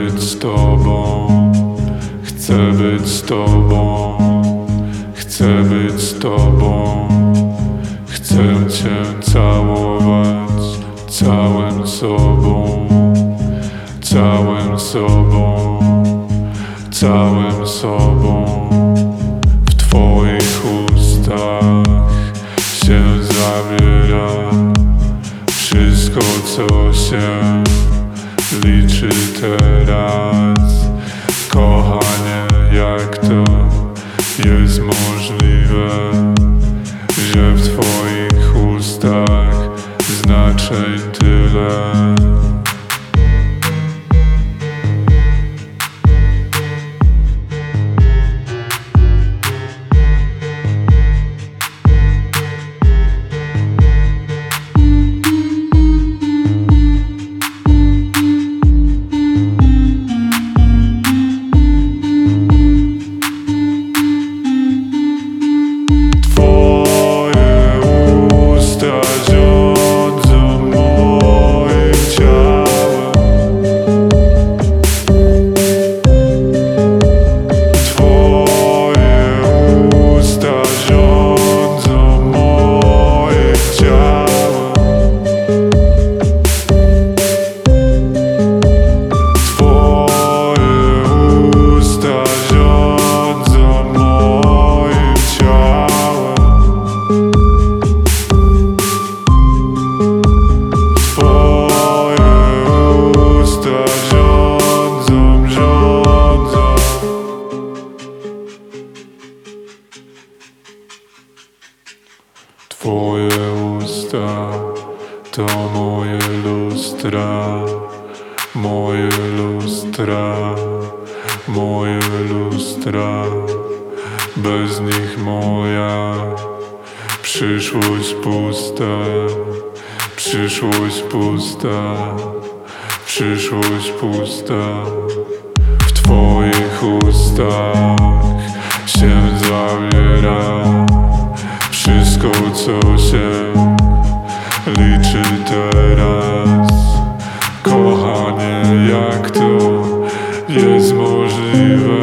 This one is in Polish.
być z tobą, chcę być z tobą, chcę być z tobą, chcę cię całować całym sobą, całym sobą, całym sobą. W twoich ustach się zawiera wszystko, co się liczy teraz. Kochanie, jak to jest możliwe, że w twoich ustach znaczę tyle? Twoje usta to moje lustra, moje lustra, moje lustra. Bez nich moja przyszłość pusta, przyszłość pusta, przyszłość pusta. W twoich ustach się zawiera wszystko, co się liczy teraz. Kochanie, jak to jest możliwe,